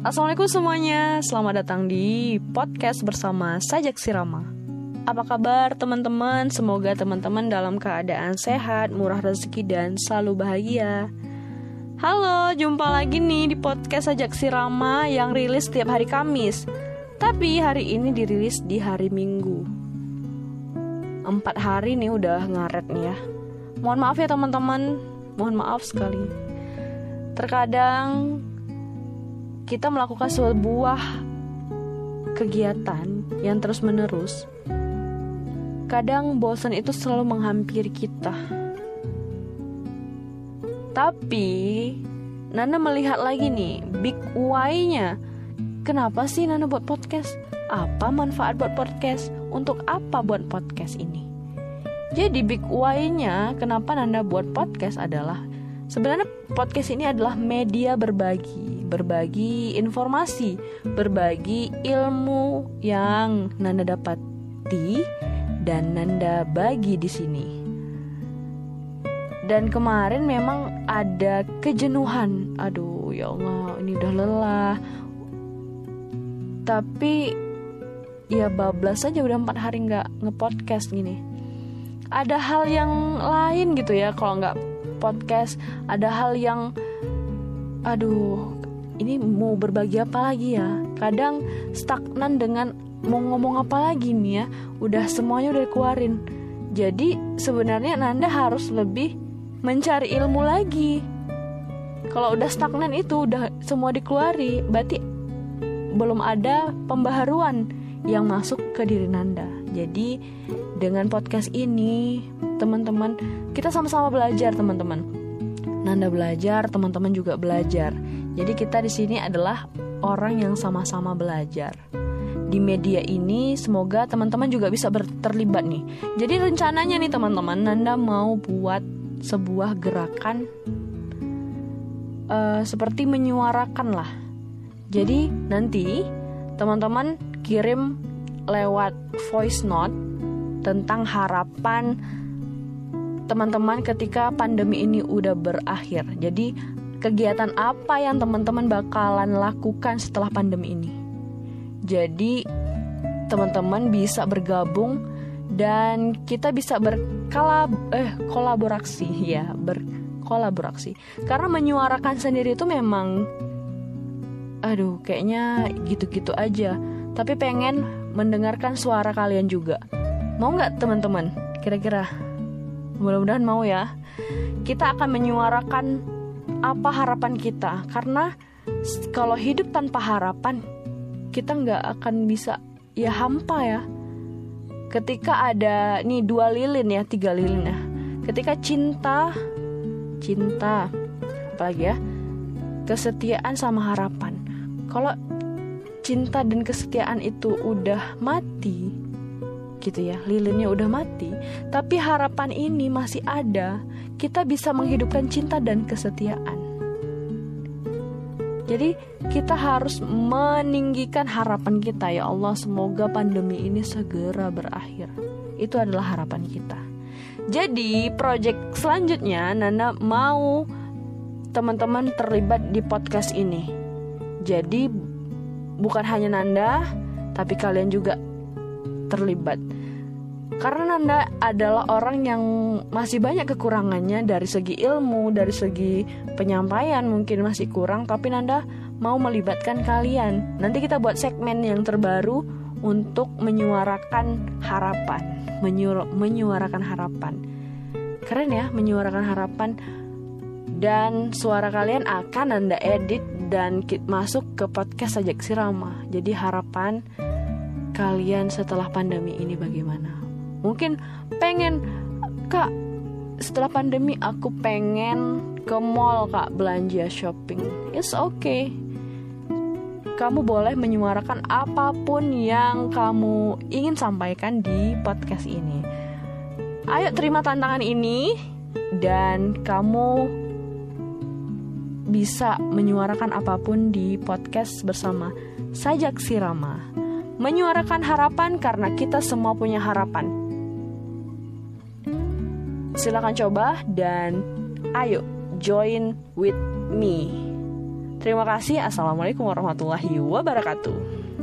Assalamualaikum semuanya, selamat datang di podcast bersama Sajak Sirama. Apa kabar teman-teman? Semoga teman-teman dalam keadaan sehat, murah rezeki, dan selalu bahagia. Halo, jumpa lagi nih di podcast Sajak Sirama yang rilis setiap hari Kamis. Tapi hari ini dirilis di hari Minggu. 4 hari nih udah ngaret nih ya. Mohon maaf ya teman-teman, mohon maaf sekali. Terkadang kita melakukan sebuah kegiatan yang terus-menerus. Kadang bosan itu selalu menghampiri kita. Tapi Nana melihat lagi nih big why-nya. Kenapa sih Nana buat podcast? Apa manfaat buat podcast? Untuk apa buat podcast ini? Jadi big why-nya kenapa Nana buat podcast adalah sebenarnya podcast ini adalah media berbagi informasi, berbagi ilmu yang Nanda dapati dan Nanda bagi di sini. Dan kemarin memang ada kejenuhan. Aduh ya Allah, ini udah lelah. Tapi ya bablas aja udah 4 hari gak nge-podcast gini. Ada hal yang lain gitu ya kalau gak podcast. Ada hal yang ini mau berbagi apa lagi ya. Kadang stagnan dengan mau ngomong apa lagi nih ya. Udah semuanya udah dikeluarin. Jadi sebenarnya Nanda harus lebih mencari ilmu lagi. Kalau udah stagnan itu udah semua dikeluari, berarti belum ada pembaharuan yang masuk ke diri Nanda. Jadi dengan podcast ini teman-teman, kita sama-sama belajar teman-teman. Nanda belajar, teman-teman juga belajar. Jadi kita di sini adalah orang yang sama-sama belajar. Di media ini semoga teman-teman juga bisa terlibat nih. Jadi rencananya nih teman-teman, Nanda mau buat sebuah gerakan seperti menyuarakan lah. Jadi nanti teman-teman kirim lewat voice note tentang harapan teman-teman ketika pandemi ini udah berakhir. Jadi kegiatan apa yang teman-teman bakalan lakukan setelah pandemi ini. Jadi teman-teman bisa bergabung dan kita bisa berkolaborasi. Karena menyuarakan sendiri itu memang kayaknya gitu-gitu aja. Tapi pengen mendengarkan suara kalian juga. Mau gak teman-teman? Kira-kira mudah-mudahan mau ya. Kita akan menyuarakan apa harapan kita. Karena kalau hidup tanpa harapan, kita gak akan bisa, ya hampa ya. Ketika ada nih 2 lilin ya, 3 lilin ya. Ketika cinta apalagi ya, kesetiaan sama harapan. Kalau cinta dan kesetiaan itu udah mati gitu ya, lilinnya udah mati, tapi harapan ini masih ada, kita bisa menghidupkan cinta dan kesetiaan. Jadi kita harus meninggikan harapan kita. Ya Allah, semoga pandemi ini segera berakhir. Itu adalah harapan kita. Jadi project selanjutnya Nana mau teman-teman terlibat di podcast ini. Jadi bukan hanya Nanda, tapi kalian juga terlibat. Karena Nanda adalah orang yang masih banyak kekurangannya dari segi ilmu, dari segi penyampaian mungkin masih kurang, tapi Nanda mau melibatkan kalian. Nanti kita buat segmen yang terbaru untuk menyuarakan harapan. Menyuarakan harapan. Keren ya, menyuarakan harapan. Dan suara kalian akan Nanda edit dan masuk ke podcast Sajak Sirama. Jadi harapan kalian setelah pandemi ini bagaimana? Mungkin pengen, Kak, setelah pandemi aku pengen ke mall, Kak, belanja shopping. It's okay. Kamu boleh menyuarakan apapun yang kamu ingin sampaikan di podcast ini. Ayo terima tantangan ini dan kamu bisa menyuarakan apapun di podcast bersama Sajak Sirama. Menyuarakan harapan karena kita semua punya harapan. Silakan coba dan ayo join with me. Terima kasih. Assalamualaikum warahmatullahi wabarakatuh.